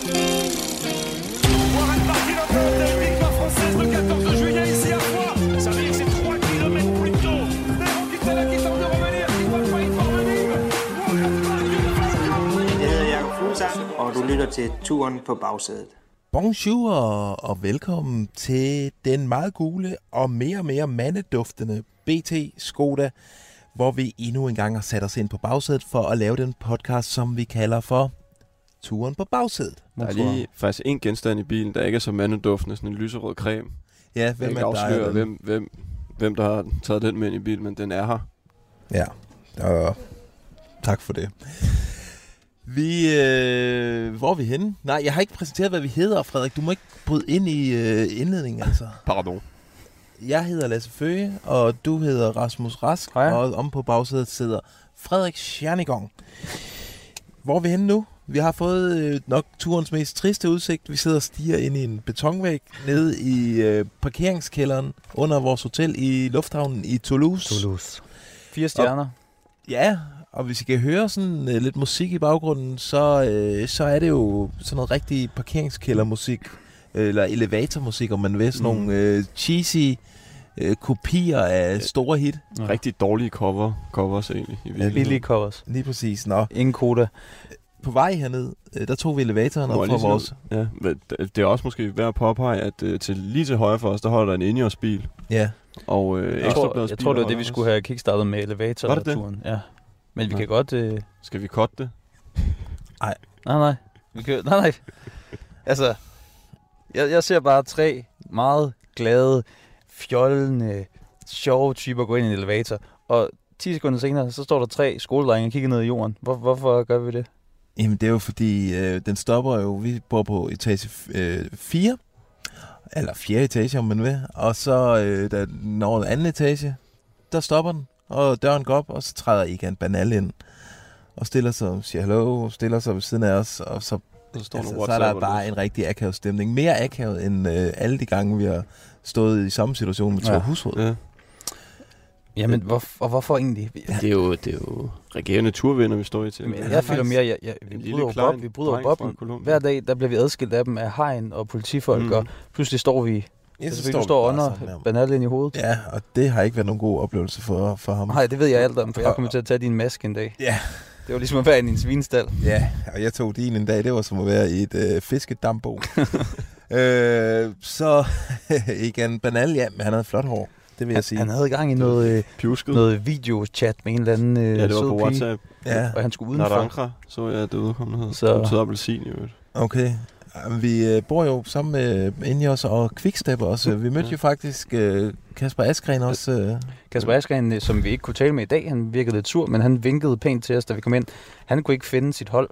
Warren parti dans tête, victoire française le 14 juillet ici à Foix. Ça veut dire que c'est 3 km plus tôt. Nero Quintana qui tente de revenir, qui va pas y parvenir. Jeg hedder Jakob Fuglsang, og du lytter til Turen på bagsædet. Bonjour og velkommen til den meget gule og mere mandeduftende BT Skoda, hvor vi endnu en gang har sat os ind på bagsædet for at lave den podcast, som vi kalder for Turen på bagsædet. Der er lige faktisk en genstand i bilen, der ikke er så mandeduftende, sådan en lyserød creme. Ja, hvem er der? Hvem der har taget den med ind i bilen, men den er her. Ja, tak for det. Hvor er vi henne? Nej, jeg har ikke præsenteret, hvad vi hedder, Frederik. Du må ikke bryde ind i indledningen, altså. Pardon. Jeg hedder Lasse Føge, og du hedder Rasmus Rask. Hej. Og om på bagsædet sidder Frederik Schernigong. Hvor er vi henne nu? Vi har fået nok turens mest triste udsigt. Vi sidder og stiger ind i en betonvæg nede i parkeringskælderen under vores hotel i lufthavnen i Toulouse. 4 stjerner. Ja, og hvis I kan høre sådan lidt musik i baggrunden, så er det jo sådan noget rigtig parkeringskældermusik, eller elevatormusik, om man vil. Sådan nogle cheesy kopier af store hit. Ja. Rigtig dårlige covers egentlig. Ja, billige covers. Lige præcis. Nå. Ingen koda. På vej herned, der tog vi elevatoren op fra vores... Ja, det er også måske værd at påpege, at lige til højre for os, der holder der en Ineos-bil. Ja. Og jeg tror, det var det, vi skulle have kickstartet med elevatoren. Ja. Men vi kan godt... Skal vi cutte det? Nej. Nej. Altså, jeg ser bare 3 meget glade, fjollende, sjove typer gå ind i en elevator. Og 10 sekunder senere, så står der 3 skoledrenge og kigger ned i jorden. Hvorfor gør vi det? Jamen, det er jo fordi, den stopper jo... Vi bor på etage 4. Eller 4. etage, om man vil. Og så, da når anden etage, der stopper den. Og døren går op, og så træder Egan Bernal ind. Og stiller sig og siger hallo, stiller sig ved siden af os. Og så er der bare en rigtig akavet stemning. Mere akavet end alle de gange, vi har stået i samme situation med to husråd. Ja. Jamen, hvorfor egentlig? Ja. Det er jo regerende turvinder, vi står i til. Men jeg føler mere, vi bryder boblen. Hver dag, der bliver vi adskilt af dem af hegn og politifolk, og pludselig står vi... Ja, så du står under Bernal ind i hovedet. Ja, og det har ikke været nogen god oplevelse for ham. Nej, det ved jeg alt om, for jeg kommer til at tage din maske en dag. Ja. Det var ligesom at være i en svinestald. Ja, og jeg tog din en dag. Det var som at være i et fiskedambo. Så Egan Bernal, ja, men han havde flot hår. Det vil jeg sige. Han havde i gang i noget videochat med en eller anden ja, det var på WhatsApp. Ja. Og han skulle udenfor. Narankra, så jeg det udkommet. Så betyder appelsin i øvrigt. Okay. Vi bor jo sammen med Ineos og Quickstep også. Vi mødte jo faktisk Kasper Askren også. Kasper Askren, som vi ikke kunne tale med i dag, han virkede lidt sur, men han vinkede pænt til os, da vi kom ind. Han kunne ikke finde sit hold.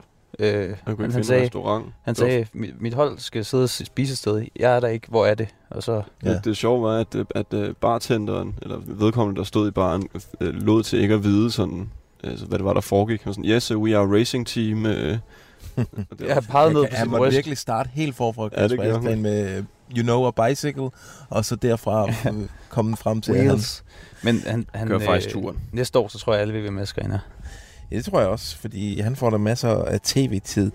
Han sagde, mit hold skal sidde og spise et sted. Jeg er der ikke. Hvor er det? Og så, ja. Det sjove var, at bartenderen, eller vedkommende, der stod i baren, lod til ikke at vide, sådan, altså, hvad det var, der foregik. Han sådan, yes, we are a racing team. Jeg har peget ned på han måtte virkelig starte helt forfra Kasper Askren med You Know a Bicycle, og så derfra komme frem til Wales. Men han gør faktisk turen. Næste år, så tror jeg, alle vil være med at skrine. Ja, det tror jeg også, fordi han får der masser af tv-tid.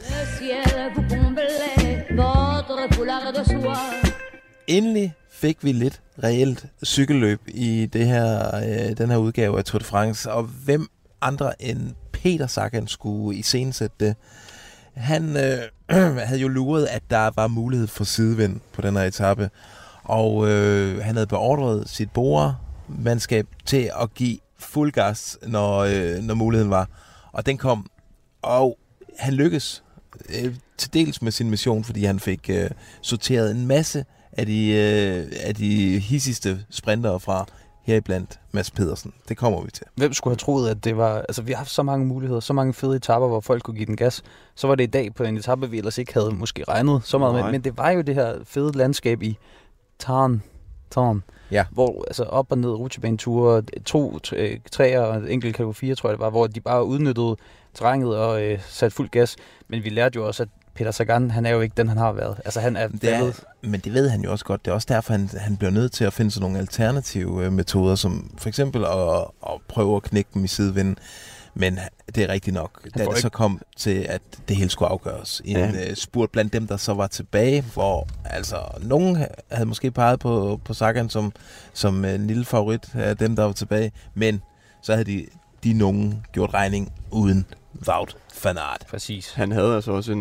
Endelig fik vi lidt reelt cykelløb i den her udgave af Tour de France, og hvem andre end Peter Sagan skulle iscenesætte det. Han havde jo luret, at der var mulighed for sidevind på den her etape, og han havde beordret sit borermandskab til at give fuld gas, når muligheden var. Og den kom, og han lykkedes til dels med sin mission, fordi han fik sorteret en masse af de hissigste sprintere fra, heriblandt Mads Pedersen. Det kommer vi til. Hvem skulle have troet, at det var... Altså, vi har haft så mange muligheder, så mange fede etaper, hvor folk kunne give den gas. Så var det i dag på en etape, vi ellers ikke havde måske regnet så meget med. Men det var jo det her fede landskab i Tarn. Ja. Hvor altså op og ned rutsjebaneture, 2, 3 og enkelt kategori 4, tror jeg det var, hvor de bare udnyttede terrænet og satte fuld gas. Men vi lærte jo også, at Peter Sagan, han er jo ikke den, han har været. Altså, han er men det ved han jo også godt. Det er også derfor, han bliver nødt til at finde sådan nogle alternative metoder, som for eksempel at prøve at knække dem i sidevinden. Men det er rigtigt nok, da det så kom til, at det hele skulle afgøres. En spurt blandt dem, der så var tilbage, hvor altså nogen havde måske peget på Sagan som en lille favorit af dem, der var tilbage, men så havde de nogen gjort regning uden Wout van Aert. Præcis. Han havde altså også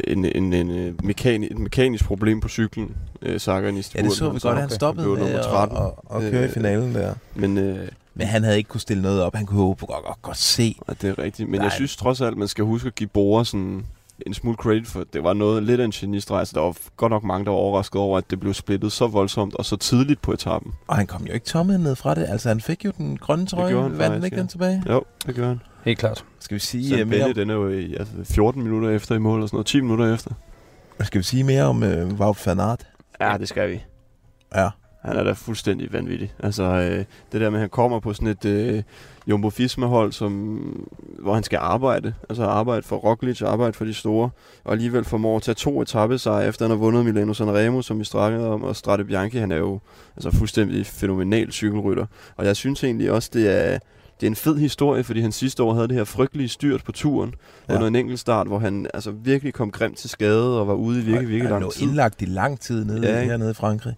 et mekanisk problem på cyklen, Sagan i spurten. Ja, det så vi godt, at han stoppede med at køre i finalen der. Men han havde ikke kunne stille noget op. Han kunne håbe godt se. Ja, det er rigtigt. Men jeg synes trods alt, man skal huske at give Bora sådan en smule credit, for det var noget lidt af en genistreg. Så der var godt nok mange, der var overrasket over, at det blev splittet så voldsomt og så tidligt på etappen. Og han kom jo ikke tommet ned fra det. Altså, han fik jo den grønne trøje. Vandt han ikke den tilbage? Jo, det gjorde han. Helt klart. Skal vi sige mere om... den er jo 14 minutter efter i mål, og sådan noget, 10 minutter efter. Skal vi sige mere om Wout van Aert? Ja, det skal vi. Ja. Han er da fuldstændig vanvittig. Altså, det der med, at han kommer på sådan et Jumbo-Visma-hold, hvor han skal arbejde. Altså arbejde for Roglic, arbejde for de store. Og alligevel formår at tage 2 etapesejre, efter han har vundet Milano Sanremo, som vi snakkede om. Og Strade Bianchi, han er jo altså fuldstændig fænomenal cykelrytter. Og jeg synes egentlig også, det er en fed historie, fordi han sidste år havde det her frygtelige styrt på turen under en enkelt start, hvor han altså virkelig kom grimt til skade og var ude i virkelig lang tid. Han lå indlagt i lang tid hernede i Frankrig.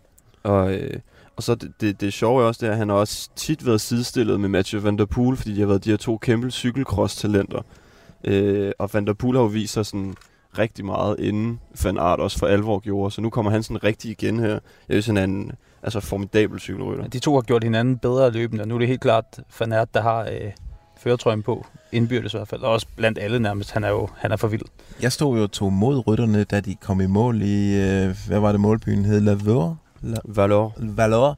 Og så det sjove er også, at han har også tit været sidestillet med Mathieu van der Poel, fordi de har været de her 2 kæmpe cykelcross-talenter. Og Van der Poel har jo vist sig sådan rigtig meget, inden Van Aert også for alvor gjorde, så nu kommer han sådan rigtig igen her. Jeg synes, han er en formidabel cykelrytter. De 2 har gjort hinanden bedre løbende, og nu er det helt klart Van Aert, der har førertrøjen på, indbyrdes i hvert fald, og også blandt alle nærmest. Han er for vild. Jeg stod jo 2 mod rytterne, da de kom i mål i, hvad var det målbyen hed? Valor.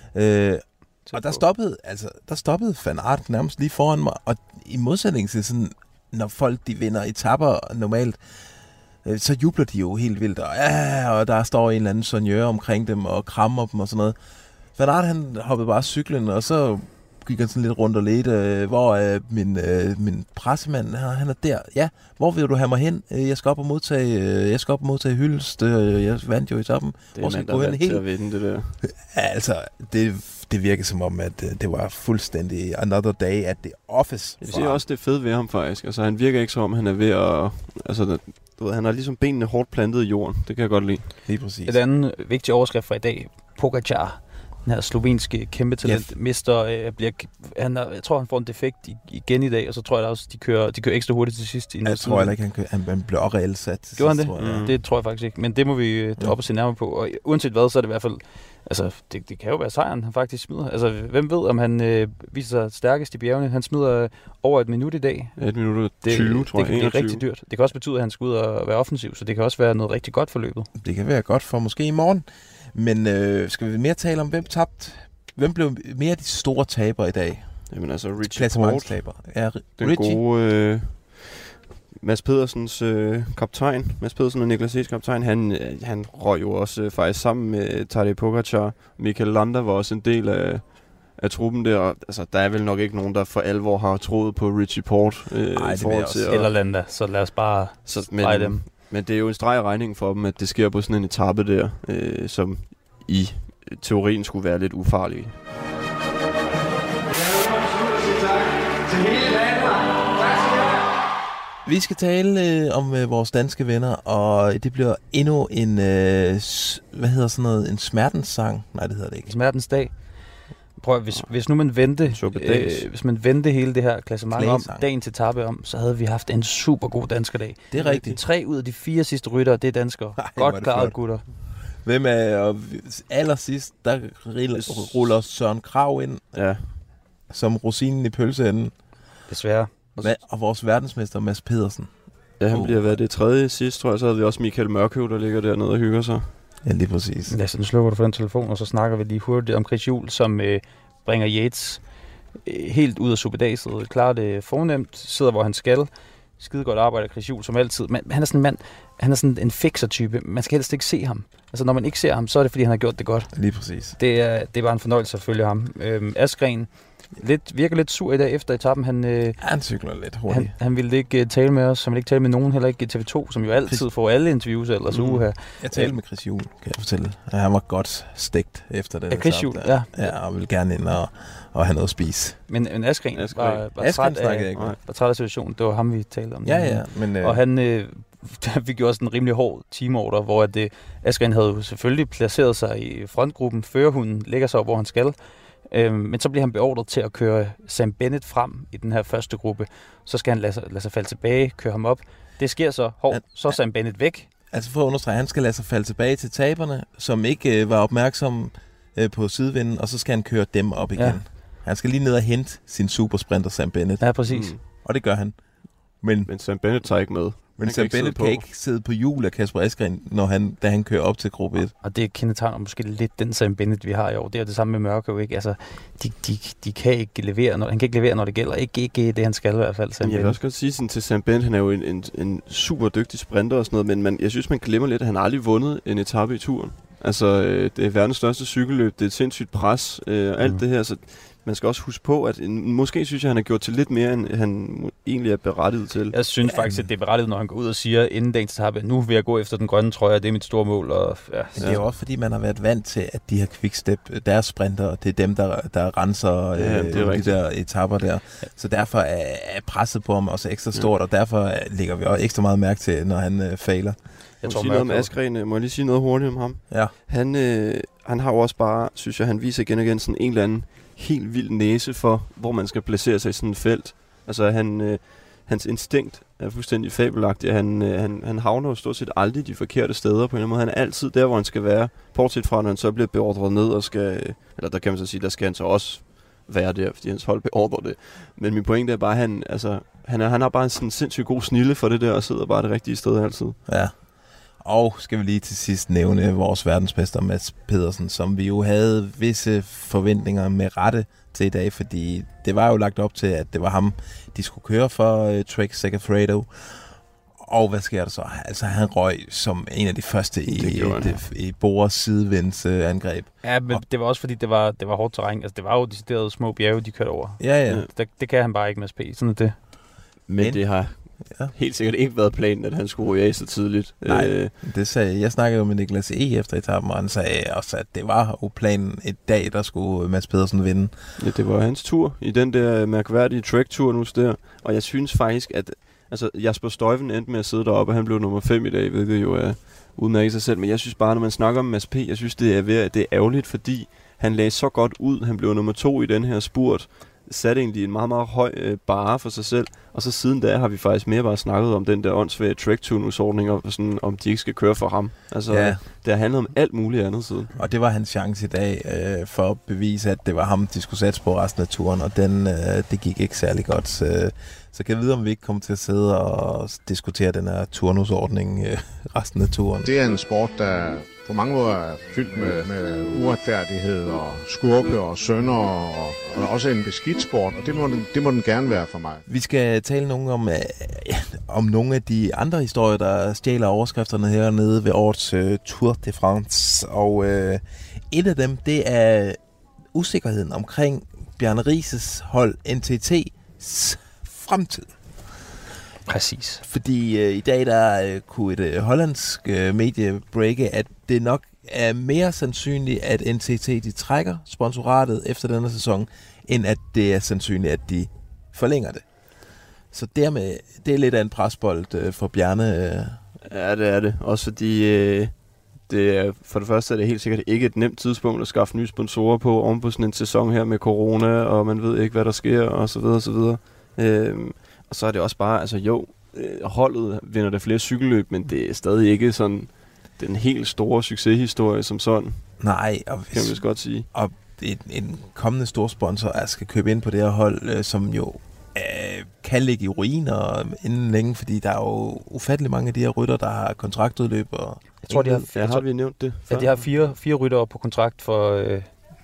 Og der stoppede Van Aert nærmest lige foran mig, og i modsætning til sådan, når folk de vinder etapper normalt, så jubler de jo helt vildt, og der står en eller anden soigneur omkring dem og krammer dem og sådan noget. Van Aert, han hoppede bare cyklen, og så gik han sådan lidt rundt og ledte, hvor er min pressemand, han er der. Ja, hvor vil du have mig hen? Jeg skal op og modtage hyldest. Jeg vandt jo i toppen. Det er mand, der vandt til at vinde det der. Altså, det virker som om, at det var fuldstændig another day at the office. Jeg siger også, det er fedt ved ham faktisk. Altså, han virker ikke som om, han er ved at... Altså, han har ligesom benene hårdt plantet i jorden. Det kan jeg godt lide. Lige præcis. Et andet vigtigt overskrift for i dag. Pogačar. Den her slovenske kæmpe talent mister, jeg tror han får en defekt igen i dag, og så tror jeg også de kører ekstra hurtigt til sidst. Jeg tror heller ikke han blev også reelt sat til sidst. Gjorde han det? Det tror jeg faktisk ikke, men det må vi op og se nærmere på. Og uanset hvad, så er det i hvert fald, altså det kan jo være sejren, han faktisk smider. Altså hvem ved, om han viser sig stærkest i bjergene. Han smider over 1 minut i dag. 1 minut 20, tror jeg. Det er rigtig dyrt. Det kan også betyde, at han skal ud og være offensiv, så det kan også være noget rigtig godt for løbet. Det kan være godt for måske i morgen. Men skal vi mere tale om, hvem tabte? Hvem blev mere de store tabere i dag? Jamen altså Richie Porte, ja, den gode Mads Pedersens kaptajn, Mads Pedersen og Niklas E's kaptajn, han røg jo også faktisk sammen med Tadej Pogačar. Michael Landa var også en del af truppen der. Altså, der er vel nok ikke nogen, der for alvor har troet på Richie Porte. Nej, det vil jeg også. Eller Landa, så lad os bare strege dem. Men det er jo en streg i regningen for dem, at det sker på sådan en etape der, som i teorien skulle være lidt ufarlig. Vi skal tale om vores danske venner, og det bliver endnu en, en smertens sang? Nej, det hedder det ikke. Smertens dag. Prøv, hvis nu man vendte hele det her klassement om, dagen til etape om, så havde vi haft en super god danskerdag. Det er rigtigt. 3 ud af de 4 sidste ryttere, det er danskere. Godt klaret, gutter. Hvem er allersidst, der ruller Søren Krag ind, som rosinen i pølseenden. Desværre. Og vores verdensmester Mads Pedersen. Ja, han bliver det 3. sidst, tror jeg. Så havde vi også Michael Mørkøv, der ligger dernede og hygger sig. Ja, lige præcis. Lad os nu slukke du for den telefon, og så snakker vi lige hurtigt om Chris Juhl, som bringer Yates helt ud af suppedaset. Klarer det fornemt, sidder hvor han skal. Skide godt arbejder Chris Juhl som altid. Men han er sådan en mand, han er sådan en fixer-type. Man skal helst ikke se ham. Altså når man ikke ser ham, så er det fordi han har gjort det godt. Lige præcis. Det er bare en fornøjelse at følge ham. Askren virker lidt sur i dag efter etappen. Han cykler lidt hurtigt. Han ville ikke tale med os, han ville ikke tale med nogen, heller ikke TV2, som jo altid får alle interviews ellers uge her. Jeg talte med Chris Juhl, kan jeg fortælle. Han var godt stegt efter det. Chris Juhl, ja. Ja, og ville gerne ind og have noget at spise. Men Askren var træt af situationen. Det var ham, vi talte om. Ja. Men, og han fik jo også en rimelig hård teamorder, hvor Askren havde jo selvfølgelig placeret sig i frontgruppen. Førerhunden ligger så, hvor han skal. Men så bliver han beordret til at køre Sam Bennett frem i den her første gruppe. Så skal han lade sig falde tilbage, køre ham op. Det sker så. Så er Sam Bennett væk. Altså for at understrege, han skal lade sig falde tilbage til taberne, som ikke var opmærksomme på sidevinden, og så skal han køre dem op igen. Ja. Han skal lige ned og hente sin supersprinter Sam Bennett. Ja, præcis. Og det gør han. Men Sam Bennett tager ikke med. Men Sam Bennett kan ikke sidde på hjul af Kasper Askren, da han kører op til gruppe 1. Og det kendetegner måske lidt den Sam Bennett, vi har i år. Det er det samme med Mørkøv, ikke? Altså, de kan ikke levere, han kan ikke levere, når det gælder. Ikke det, han skal i hvert fald, Sam Bennett. Jeg vil også godt sige sådan til Sam Bennett, han er jo en super dygtig sprinter og sådan noget, men jeg synes, man glemmer lidt, at han aldrig vundet en etape i turen. Altså, det er verdens største cykelløb, det er et sindssygt pres, alt det her, så man skal også huske på, at måske synes jeg, han har gjort til lidt mere, end han egentlig er berettiget til. Jeg synes faktisk, at det er berettiget, når han går ud og siger, inden dagens etape, nu vil jeg gå efter den grønne trøje, det er mit store mål. Og, ja. Men det er jo også, fordi man har været vant til, at de her quickstep, deres sprinter, det er dem, der renser de der etapper der. Ja. Så derfor er presset på ham også ekstra stort, og derfor lægger vi også ekstra meget mærke til, når han fejler. Jeg tror noget om Askren. Må jeg lige sige noget hurtigt om ham? Ja. Han har jo også bare, synes jeg, han viser igen og igen sådan en eller anden helt vild næse for, hvor man skal placere sig i sådan et felt. Altså hans instinkt er fuldstændig fabelagtig. Han havner jo stort set aldrig de forkerte steder på en eller anden måde. Han er altid der, hvor han skal være. Bortset fra, når han så bliver beordret ned og skal, eller der kan man så sige, der skal han så også være der, fordi hans hold beordrer det. Men min pointe er bare, han har bare en sådan sindssygt god snille for det der, og sidder bare det rigtige sted altid. Ja. Og skal vi lige til sidst nævne vores verdensmester Mads Pedersen, som vi jo havde visse forventninger med rette til i dag, fordi det var jo lagt op til, at det var ham, de skulle køre for Trek Segafredo. Og hvad sker der så? Altså han røg som en af de første i Bores sidevindsangreb. Ja, men det var også fordi, det var hårdt terræn. Altså det var jo deciderede små bjerge, de kørte over. Ja. Det kan han bare ikke med SP. Sådan er det. Men det har helt sikkert ikke været planen, at han skulle ryge af så tidligt. Nej, det sagde jeg. Snakkede jo med Niklas E. efter etappen, og han sagde også, at det var jo planen et dag, der skulle Mads Pedersen vinde. Ja, det var hans tur i den der mærkværdige Trek-tur nu der. Og jeg synes faktisk, at Jasper Stuyven endte med at sidde deroppe, og han blev nummer 5 i dag, hvilket jo er udmærket sig selv. Men jeg synes bare, når man snakker om Mads P., jeg synes, det er ærgerligt, fordi han lagde så godt ud. Han blev nummer 2 i den her spurt. Satte egentlig en meget, meget høj barre for sig selv. Og så siden da har vi faktisk mere bare snakket om den der åndssvage Trek-tunusordning, og sådan, om de ikke skal køre for ham. Altså, det har handlet om alt muligt andet siden. Og det var hans chance i dag for at bevise, at det var ham, de skulle satse på resten af turen, og det gik ikke særlig godt. Så kan jeg vide, om vi ikke kommer til at sidde og diskutere den her turnusordning resten af turen. Det er en sport, der på mange måder er fyldt med uretfærdighed og skurke og synder, og også en beskidt sport, og det må den gerne være for mig. Vi skal tale om nogle af de andre historier, der stjæler overskrifterne hernede ved årets Tour de France, og et af dem, det er usikkerheden omkring Bjarne Rieses hold NTT's fremtid. Præcis. Fordi i dag der kunne et hollandsk medie breake, at det nok er mere sandsynligt, at NTT de trækker sponsoratet efter denne sæson, end at det er sandsynligt, at de forlænger det. Så dermed, det er lidt af en presbold for Bjarne. Ja, det er det. Også fordi det er, for det første er det helt sikkert ikke et nemt tidspunkt at skaffe nye sponsorer på oven på sådan en sæson her med corona, og man ved ikke, hvad der sker, og så videre, og så videre. Og så er det også bare, altså holdet vinder der flere cykelløb, men det er stadig ikke sådan den helt store succeshistorie som sådan. Nej, og kan vi godt sige. Og en kommende stor sponsor skal købe ind på det her hold, som jo kan ligge i ruiner inden længe, fordi der er jo ufattelig mange af de her rytter, der har kontraktudløb. Og jeg tror, har vi nævnt det før? Ja, de har fire ryttere på kontrakt for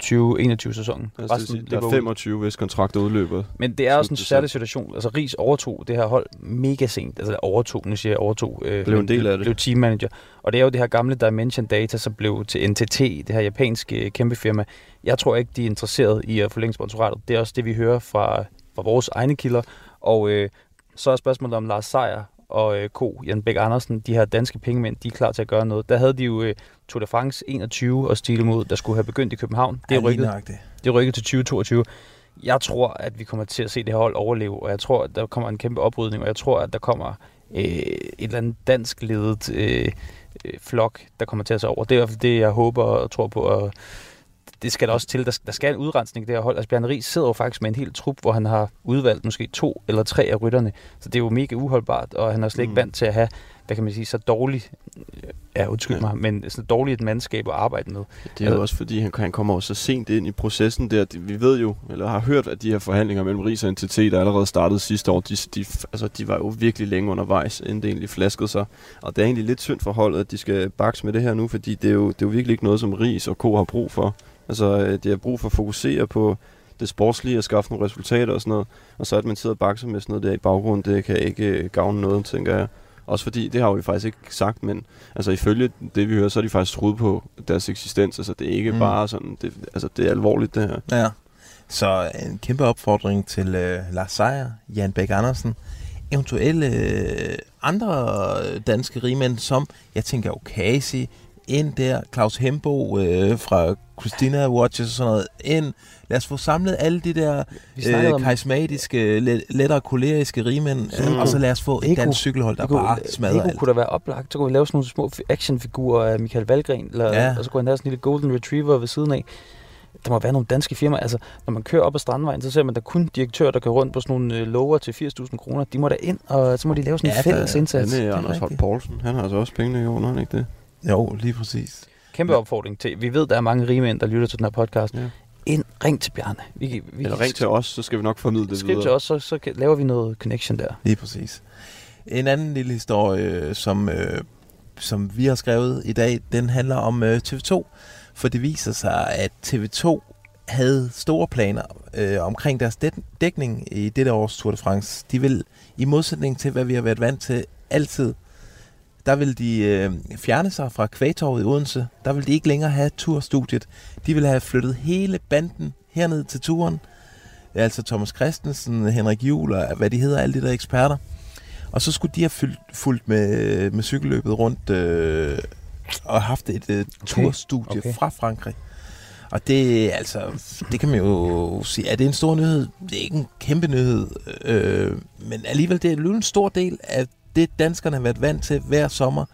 2021-sæsonen. Altså, der er 25, hvis kontrakter udløber. Men det er også en særlig situation. Altså, Riis overtog det her hold mega sent. Altså, blev en del af det. Blev teammanager. Og det er jo det her gamle Dimension Data, som blev til NTT, det her japanske kæmpe firma. Jeg tror ikke, de er interesseret i at forlænge sponsoratet. Det er også det, vi hører fra vores egne kilder. Og så er spørgsmålet om Lars Seier og Jan Bæk Andersen, de her danske pengemænd, de er klar til at gøre noget. Der havde de jo Tour de France 21 og stile mod, der skulle have begyndt i København. Det er rykket til 2022. Jeg tror, at vi kommer til at se det her hold overleve, og jeg tror, at der kommer en kæmpe oprydning, og jeg tror, at der kommer et eller andet dansk ledet flok, der kommer til at tage over. Det er i hvert fald det, jeg håber og tror på, og det skal der også til. Der skal en udrensning i det her hold. Altså Bjarne Riis sidder jo faktisk med en hel trup, hvor han har udvalgt måske 2 eller 3 af rytterne. Så det er jo mega uholdbart, og han er slet ikke vant til at have, hvad kan man sige, så dårligt, men så dårligt et mandskab at arbejde med. Det er jo også fordi, han kommer så sent ind i processen der. Vi ved jo, eller har hørt, at de her forhandlinger mellem Riis og NTT, der allerede startede sidste år, de var jo virkelig længe undervejs, inden det egentlig flaskede sig. Og det er egentlig lidt synd for holdet, at de skal bakse med det her nu, fordi det er jo virkelig ikke noget, som Riis og K har brug for. Altså, det har brug for at fokusere på det sportslige og skaffe nogle resultater og sådan noget. Og så at man sidder og bakser med sådan noget der i baggrunden, det kan ikke gavne noget, tænker jeg. Også fordi, det har vi faktisk ikke sagt, men altså ifølge det, vi hører, så er de faktisk troet på deres eksistens. Altså, det er ikke bare sådan, det er alvorligt, det her. Ja, så en kæmpe opfordring til Lars Seier, Jan Bæk Andersen, eventuelle andre danske rigmænd, som jeg tænker Okasi, ind der, Claus Hembo fra Christina Watches og sådan noget, ind. Lad os få samlet alle de der karismatiske, lettere koleriske rigmænd, og så lad os få et dansk cykelhold, der bare smadrer alt. Kunne der være oplagt, så kunne vi lave sådan nogle små actionfigurer af Michael Valgren, og så kunne han have sådan en lille golden retriever ved siden af. Der må være nogle danske firmaer. Altså, når man kører op ad Strandvejen, så ser man, der kun direktører, der kører rundt på sådan nogle lover til 80.000 kroner. De må da ind, og så må de lave sådan en fælles indsats. Han er Anders Holt Poulsen. Han har altså også pengene i år, har han ikke det? Jo, lige præcis. Kæmpe opfordring til. Vi ved, der er mange rigmænd, der lytter til den her podcast. Ja. Ring til Bjarne. Eller ring til os, så skal vi nok formidle det videre. Skriv til os, så laver vi noget connection der. Lige præcis. En anden lille historie, som vi har skrevet i dag, den handler om TV2. For det viser sig, at TV2 havde store planer omkring deres dækning i dette års Tour de France. De vil, i modsætning til, hvad vi har været vant til altid, der vil de fjerne sig fra Kvægtorvet i Odense. Der vil de ikke længere have turstudiet. De vil have flyttet hele banden herned til turen. Altså Thomas Christensen, Henrik Juhl og hvad de hedder, alle de der eksperter. Og så skulle de have fulgt med cykelløbet rundt og haft et turstudie fra Frankrig. Og det, altså, det kan man jo sige, at det er en stor nyhed. Det er ikke en kæmpe nyhed, men alligevel det er en stor del af det, danskerne har været vant til hver sommer.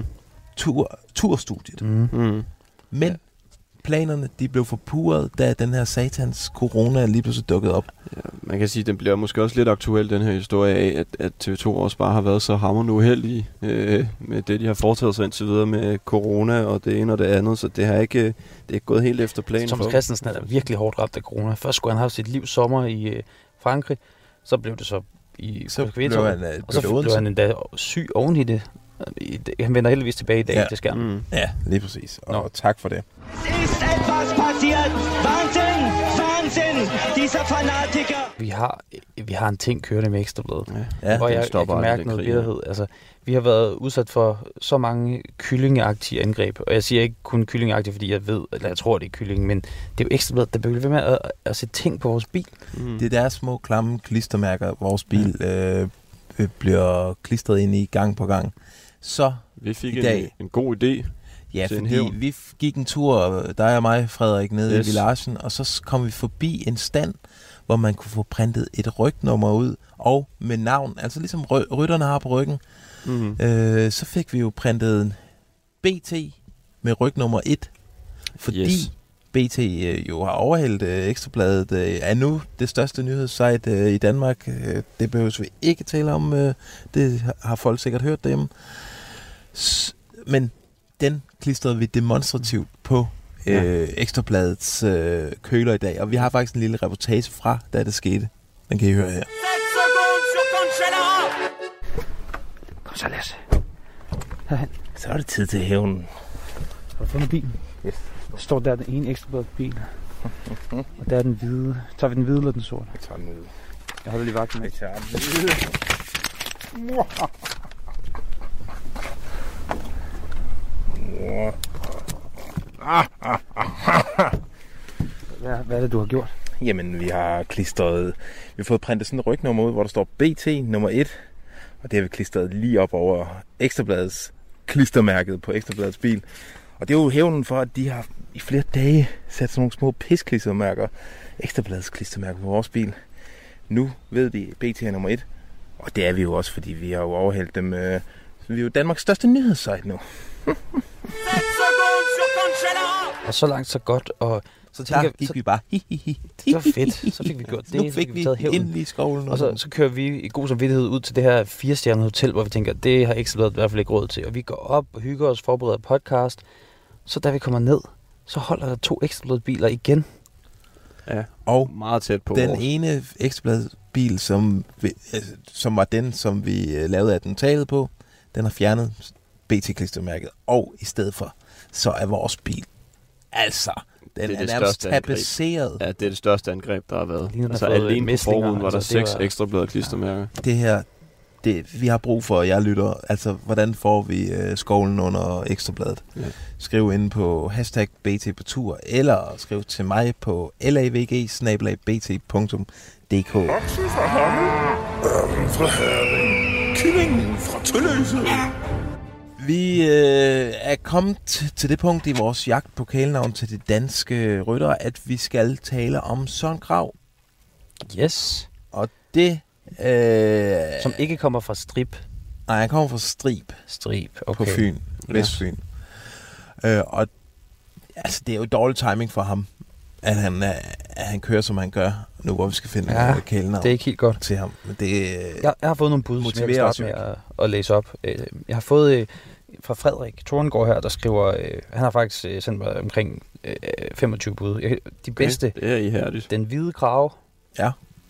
Turstudiet. Men planerne, de blev forpurret, da den her satans corona lige pludselig dukkede op. Ja, man kan sige, at den bliver måske også lidt aktuel, den her historie af, at TV2 også bare har været så hamrende uheldige med det, de har foretaget sig indtil videre med corona og det ene og det andet, så det har ikke gået helt efter planen. Thomas Christensen er virkelig hårdt ramt af corona. Først skulle han have sit livs sommer i Frankrig, så blev det så i Kvægtorvet, og så blev han endda syg oven i det. Han vender heldigvis tilbage i dag til skærmen. Ja, lige præcis. Og tak for det. Ist etwas passiert? Wahnsinn! Wahnsinn! Dieser Fanatiker! Vi har en ting kørende med Ekstrabladet, hvor jeg kan mærke noget bitterhed. Altså, vi har været udsat for så mange kyllingeagtige angreb, og jeg siger ikke kun kyllingeagtige, fordi jeg ved, eller jeg tror, det er kylling, men det er jo Ekstrabladet, der bliver ved med at sætte ting på vores bil. Det er deres små, klamme klistermærker, vores bil bliver klistret ind i gang på gang. Så vi fik en god idé. Ja, fordi vi gik en tur, dig og mig, Frederik, nede i villagen, og så kom vi forbi en stand, hvor man kunne få printet et rygnummer ud, og med navn, altså ligesom rytterne har på ryggen. Så fik vi jo printet en BT med rygnummer 1, fordi BT jo har overhældt Ekstrabladet, er nu det største nyhedssite i Danmark. Det behøver vi ikke tale om, det har folk sikkert hørt derhjemme. Men den klistrede vi demonstrativt på Ekstrabladets køler i dag, og vi har faktisk en lille reportage fra, da det skete. Den kan I høre her. Kom så, Lasse. Herhen. Så er det tid til hævnen. Har du fundet bilen? Yes. Der står der den ene Ekstrabladet bil. Og der er den hvide. Tager vi den hvide eller den sorte? Jeg tager den hvide. Jeg holder lige vagt med. Jeg tager den hvide. Hvad er det, du har gjort? Jamen, vi har fået printet sådan et rygnummer ud, hvor der står BT nummer 1. Og det har vi klistret lige op over Ekstrabladets klistermærket på Ekstrabladets bil. Og det er jo hævnen for, at de har i flere dage sat sådan nogle små pisklistermærker, Ekstrabladets klistermærker på vores bil. Nu ved de, BT er nummer 1. Og det er vi jo også, fordi vi har jo overhældt dem. Vi er jo Danmarks største nyhedssite nu. Og så langt, så godt. Og så tænker gik vi bare hi. Det var fedt. Så fik vi gjort det. Nu fik vi endelig i skovlen. Og så kører vi i god samvittighed ud til det her 4-stjernede hotel, hvor vi tænker, det har Ekstrabladet i hvert fald ikke råd til. Og vi går op og hygger os, forbereder podcast. Så da vi kommer ned, så holder der 2 Ekstrabladet-biler igen. Ja, og meget tæt på den ene Ekstrabladet-bil, som var den, som vi lavede attentatet på, den har fjernet BT-klistermærket. Og i stedet for, så er vores bil altså... Den er nærmest tapetseret. Ja, det er det største angreb, der har været. Altså alene på forruden var der 6 Ekstrabladet klistermærker. Det her, vi har brug for, jeg lytter, altså hvordan får vi skovlen under Ekstrabladet? Ja. Skriv ind på #BT på tur, eller skriv til mig på lavg@bt.dk. Oksen fra Hammel, ørnen fra Herning, kyllingen fra Tølløse. Vi er kommet til det punkt i vores jagt på kælenavn til de danske ryttere, at vi skal tale om Søren Kragh. Yes. Og det... som ikke kommer fra Strib. Nej, han kommer fra Strib. Strib, okay. På Fyn. Vestfyn. Og altså, det er jo dårlig timing for ham, at han kører, som han gør, nu hvor vi skal finde kælenavn. Det er ikke helt godt til ham. Men det, jeg har fået nogle bud, som jeg vil starte med at læse op. Jeg har fået fra Frederik Thorengård her, der skriver, han har faktisk sendt mig omkring 25 bud. De bedste, det er ihærdigt. Den hvide krage. Ja.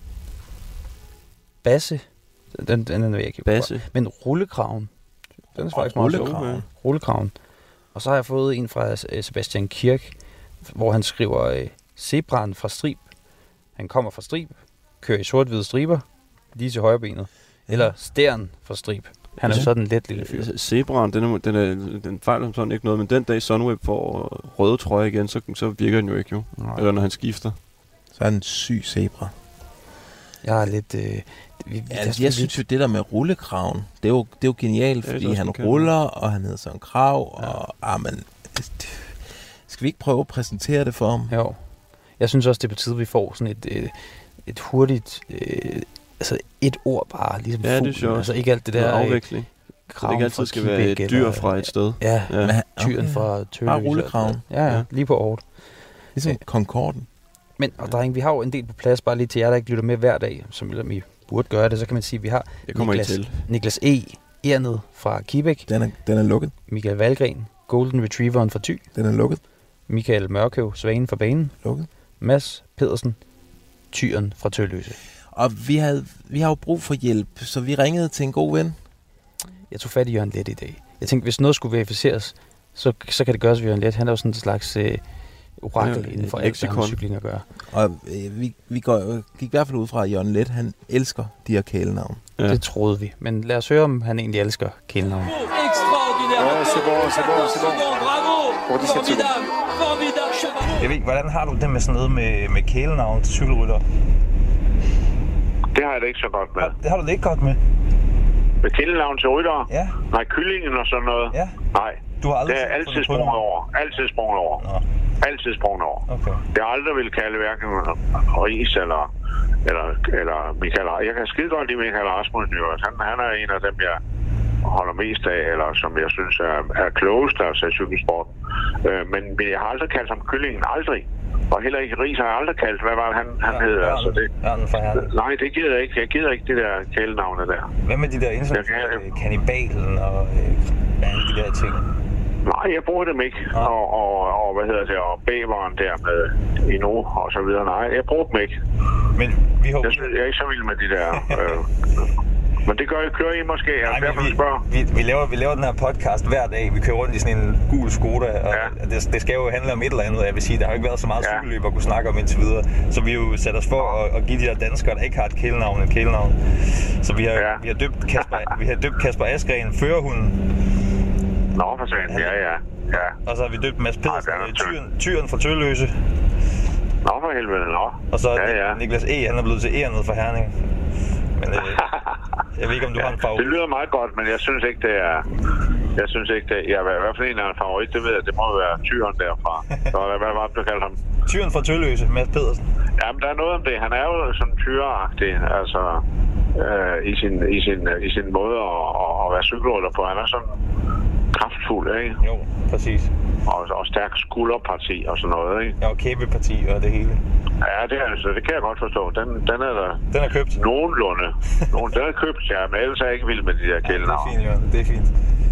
Basse. Den er jeg ikke. Basse. Men rullekraven. Den er faktisk meget sjov. Rullekraven. Og så har jeg fået en fra Sebastian Kirk, hvor han skriver, zebraen fra Strib. Han kommer fra Strib, kører i sort-hvide striber, lige til højrebenet. Eller stæren fra Strib. Han er sådan en let lille fyr. Zebraen, den fejler sådan ikke noget, men den dag Sunweb får røde trøje igen, så virker den jo ikke jo. Nej. Eller når han skifter. Så er han en syg zebra. Jeg er lidt... jeg synes jo, det der med rullekraven, det er jo genialt, fordi han ruller, og han hedder Søren Kragh, og skal vi ikke prøve at præsentere det for ham? Jo. Jeg synes også, det er på tide, vi får sådan et hurtigt... altså et ord bare, ligesom ja, det er altså ikke alt det der afvikling. Det ikke altid skal være et dyr fra et sted. Ja. Tyren fra Tølløse. Bare rullekraven. Ja, lige på året. Ligesom Concorden. Men, og dreng, vi har jo en del på plads, bare lige til jer, der ikke lytter med hver dag, som vi burde gøre det, så kan man sige, at vi har Niklas E. Erned fra Kibæk. Den er lukket. Michael Valgren, Golden Retrieveren fra Thy. Den er lukket. Michael Mørkøv, Svanen fra Banen. Lukket. Mads Pedersen, Tyren fra Tølløse. Og vi har jo brug for hjælp, så vi ringede til en god ven. Jeg tog fat i Jørgen Let i dag. Jeg tænkte, hvis noget skulle verificeres, så kan det gøres ved Jørgen Let. Han er jo sådan en slags orakel inden for alt, der har cykling at gøre. Og vi gik i hvert fald ud fra, at Jørgen Let, han elsker de her kælenavn. Ja. Det troede vi. Men lad os høre, om han egentlig elsker kælenavn. Jeg ved, hvordan har du det med sådan noget med kælenavn til cykelrytter? Det har jeg det ikke så godt med. Det har du det ikke godt med? Med kælenavn til ryttere? Ja. Nej, kyllingen og sådan noget? Ja. Nej. Du har aldrig det er altid sprunget over. Altid sprunget over. Nå. Altid sprunget over. Okay. Jeg aldrig vil kalde hverken Ries eller Michael. Jeg kan skide godt lide Michael Rasmussen. Han er en af dem, jeg holder mest af, eller som jeg synes er klogest, altså i cykelsporten. Men jeg har aldrig kaldt ham kyllingen. Aldrig. Og heller ikke Ries har jeg aldrig kaldt. Hvad var det, han hed? Altså, det. Nej, det gider jeg ikke. Jeg gider ikke det der kælenavne der. Hvad med de der kannibalen og alle de der ting? Nej, jeg bruger dem ikke. Ja. Og hvad hedder det? Og bæveren der med endnu og så videre. Nej, jeg bruger dem ikke. Men vi håber... Jeg er ikke så vild med de der Men det kører I måske, vi laver den her podcast hver dag. Vi kører rundt i sådan en gul Skoda, og det skal jo handle om et eller andet. Jeg vil sige, der har jo ikke været så meget cykelløb at kunne snakke om indtil videre. Så vi jo sat os for at give de der danskere, der ikke har et kælenavn. Så vi har døbt Kasper Askren, førerhunden. Nå, for sent. Ja. Og så har vi døbt Mads Pedersen, tyren fra Tølløse. Nå, for helvede, nå. Og så Niklas E., han er blevet til Erned fra Herning. Men jeg ved ikke, om du har en favorit. Det lyder meget godt, men jeg synes ikke, det er... Jeg er i hvert fald en af en favorit, det ved jeg. Det må være tyren derfra. Hvad var det, du kaldte ham? Tyren fra Tølløse, Mads Pedersen. Jamen, der er noget om det. Han er jo sådan tyreagtig, altså... I sin måde at være cykelrytter på. Han er sådan kraftfuld, ikke? Jo, præcis. Og stærk skulderparti og sådan noget, ikke? Ja, og kæbeparti og det hele. Ja, det kan jeg godt forstå. Den er købt. Nogenlunde. Den er købt, ja, men ellers er jeg ikke vild med de der kælenavn. Det er fint, Jørgen. Det er fint.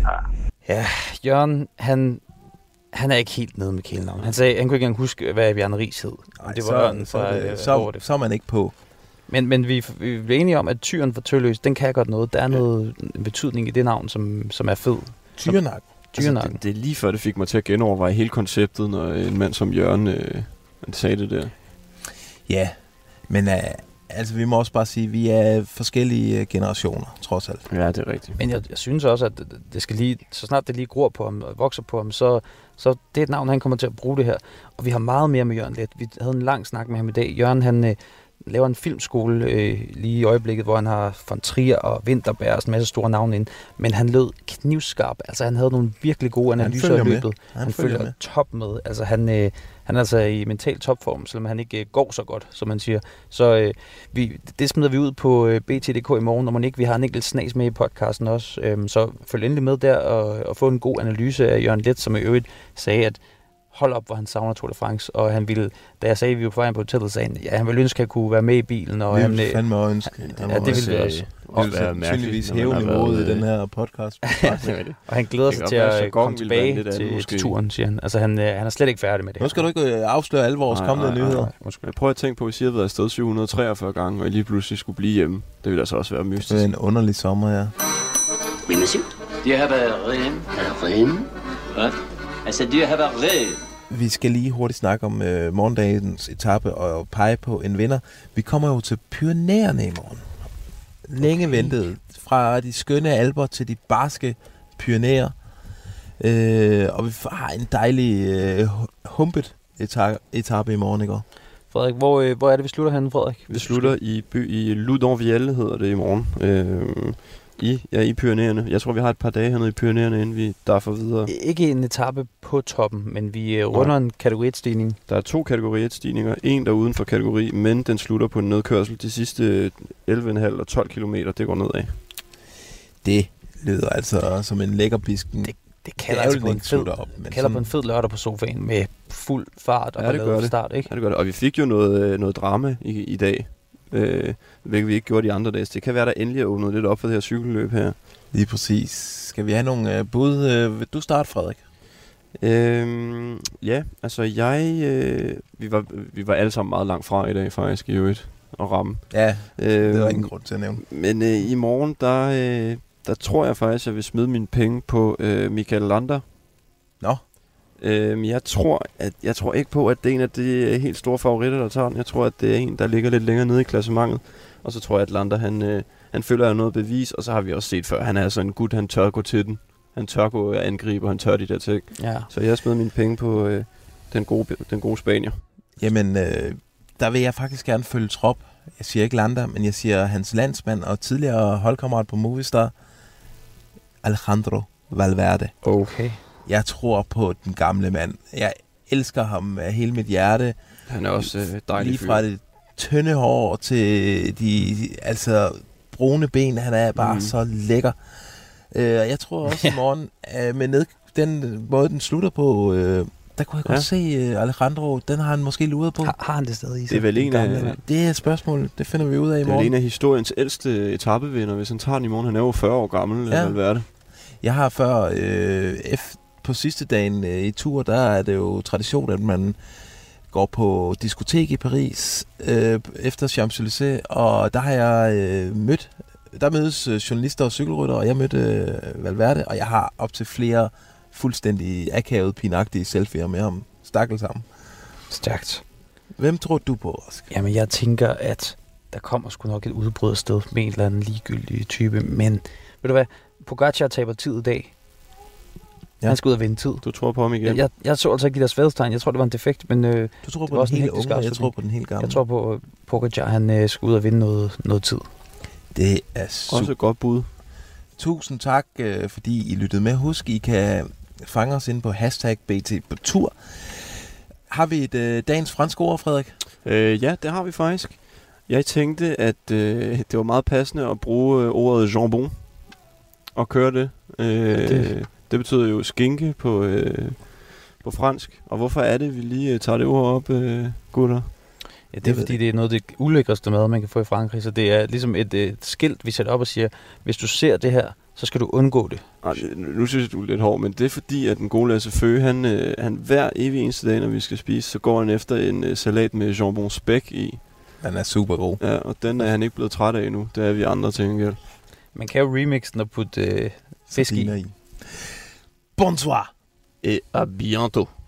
Ja, Jørgen, han er ikke helt nede med kælenavn. Han sagde, han kunne ikke engang huske, hvad Bjarne Riis hed. Ej, det var så er man ikke på. Men vi blev enige om, at tyren for Tølløs, den kan godt noget. Der er noget betydning i det navn, som er fed. Tyrenak. Altså, det er lige før, det fik mig til at genoverveje hele konceptet, når en mand som Jørgen sagde det der. Ja, men altså vi må også bare sige, at vi er forskellige generationer, trods alt. Ja, det er rigtigt. Men jeg synes også, at det skal lige, så snart det lige gror på ham og vokser på ham, så det er et navn, han kommer til at bruge det her. Og vi har meget mere med Jørgen Leth. Vi havde en lang snak med ham i dag. Jørgen, han laver en filmskole lige i øjeblikket, hvor han har von Trier og Vinterberg og sådan en masse store navne ind. Men han lød knivskarp. Altså, han havde nogle virkelig gode analyser i løbet. Han følger top med. Altså, han er altså i mental topform, selvom han ikke går så godt, som man siger. Så det smider vi ud på BT.dk i morgen, og vi har en enkelt snas med i podcasten også. Så følg endelig med der og få en god analyse af Jørgen Leth, som i øvrigt sagde, at hold op, hvor han savner Tour de France, og han ville, da jeg sagde, at vi var på vejen på hotellet, sagde han, ja, han ville ønske, at han kunne være med i bilen. Og han ville fandme ønske. Ja, det ville vi også. Og sandsynligvis hæve niveauet i den her podcast. Og han glæder sig til at komme tilbage til turen, siger han. Altså, han er slet ikke færdig med det. Nu skal du ikke afsløre alle vores kommende nyheder. Jeg prøver at tænke på, at I siger, at vi har været afsted 743 gange, og I lige pludselig skulle blive hjemme. Det ville altså også være mystisk. Det er en underlig sommer, ja. Oui, monsieur. Do you have a Rennes? A Rennes? What? I said, do you have a Rennes? Vi skal lige hurtigt snakke om morgendagens etape og pege på en vinder. Vi kommer jo til Pyrenæerne i morgen. Længe ventet. Fra de skønne alper til de barske Pyrenæer. Og vi har en dejlig humpet etape i morgen, ikke? Frederik, hvor er det, vi slutter henne, Frederik? Vi slutter i Loudonville, hedder det i morgen. I Pyrenæerne. Jeg tror, vi har et par dage hernede i Pyrenæerne, inden vi derfor videre. Ikke en etape på toppen, men vi runder en kategori 1-stigning. Der er 2 kategori 1-stigninger. En der er uden for kategori, men den slutter på en nedkørsel. De sidste 11,5 og 12 kilometer, det går nedad. Det lyder altså som en lækker bisken. Det kalder altså på en fed lørdag på sofaen med fuld fart og ballade start, ikke? Ja, det gør det. Og vi fik jo noget drama i dag. Hvilket vi ikke gjorde de andre dage. Det kan være, der endelig er åbnet lidt op for det her cykelløb her. Lige præcis. Skal vi have nogle bud? Vil du starte, Frederik? Ja, altså vi var alle sammen meget langt fra i dag faktisk i øvrigt at ramme. Ja, det var ingen grund til at nævne. Men i morgen, der tror jeg faktisk, at jeg vil smide mine penge på Michael Lander. Nå. Jeg tror ikke på, at det er en af de helt store favoritter, der tager den. Jeg tror, at det er en, der ligger lidt længere nede i klassementet. Og så tror jeg, at Lander, han føler af noget bevis, og så har vi også set før. Han er altså en gut, han tør gå til den. Han tør gå og angribe, og han tør de der ting. Ja. Så jeg smider mine penge på den gode spanier. Jamen, der vil jeg faktisk gerne følge trop. Jeg siger ikke Lander, men jeg siger hans landsmand og tidligere holdkammerat på Movistar, Alejandro Valverde. Okay. Jeg tror på den gamle mand. Jeg elsker ham af hele mit hjerte. Han er også dejlig fyr. Lige fra det tynde hår til de brune ben. Han er bare så lækker. Jeg tror også i morgen, med den måde, den slutter på, der kunne jeg godt se Alejandro. Den har han måske luret på. Har han det stadig i sig? Det er vel en af... Det er et spørgsmål. Det finder vi ud af i morgen. Det er en af historiens ældste etapevinder, hvis han tager den i morgen. Han er jo 40 år gammel. Ja. Valverde. Jeg har før... på sidste dagen i tur, der er det jo tradition, at man går på diskotek i Paris efter Champs-Élysées, og der har jeg mødt der mødes journalister og cykelrytter, og jeg mødte Valverde, og jeg har op til flere fuldstændig akavet, pinagtige selfie'er med ham. Stakkel sammen. Stærkt. Hvem tror du på, Oscar? Jamen, jeg tænker, at der kommer sgu nok et udbrud sted med en eller anden ligegyldig type, men ved du hvad? Pogacar taber tid i dag. Ja. Han skal ud og vinde tid. Du tror på ham igen? Jeg så altså ikke de der sværhedstegn. Jeg tror, det var en defekt, men du tror på den helt unge, jeg tror på den helt gamle. Jeg tror på Pogacar, han skal ud og vinde noget tid. Det er også et godt bud. Tusind tak, fordi I lyttede med. Husk, I kan fange os ind på #BT på tur. Har vi et dagens franske ord, Frederik? Ja, det har vi faktisk. Jeg tænkte, at det var meget passende at bruge ordet jambon og køre det. Det betyder jo skinke på fransk. Og hvorfor er det, vi lige tager det ord op, gutter? Ja, det er fordi, det er noget af det ulækreste mad, man kan få i Frankrig. Så det er ligesom et skilt, vi sætter op og siger, hvis du ser det her, så skal du undgå det. Ej, nu synes jeg, du er lidt hård, men det er fordi, at den gode Lasse Føge, han hver evig eneste dag, når vi skal spise, så går han efter en salat med jambon spæk i. Den er super god. Ja, og den er han ikke blevet træt af endnu. Det er vi andre til gengæld. Man kan jo remixe den og putte fisk i. Bonsoir. Et à bientôt.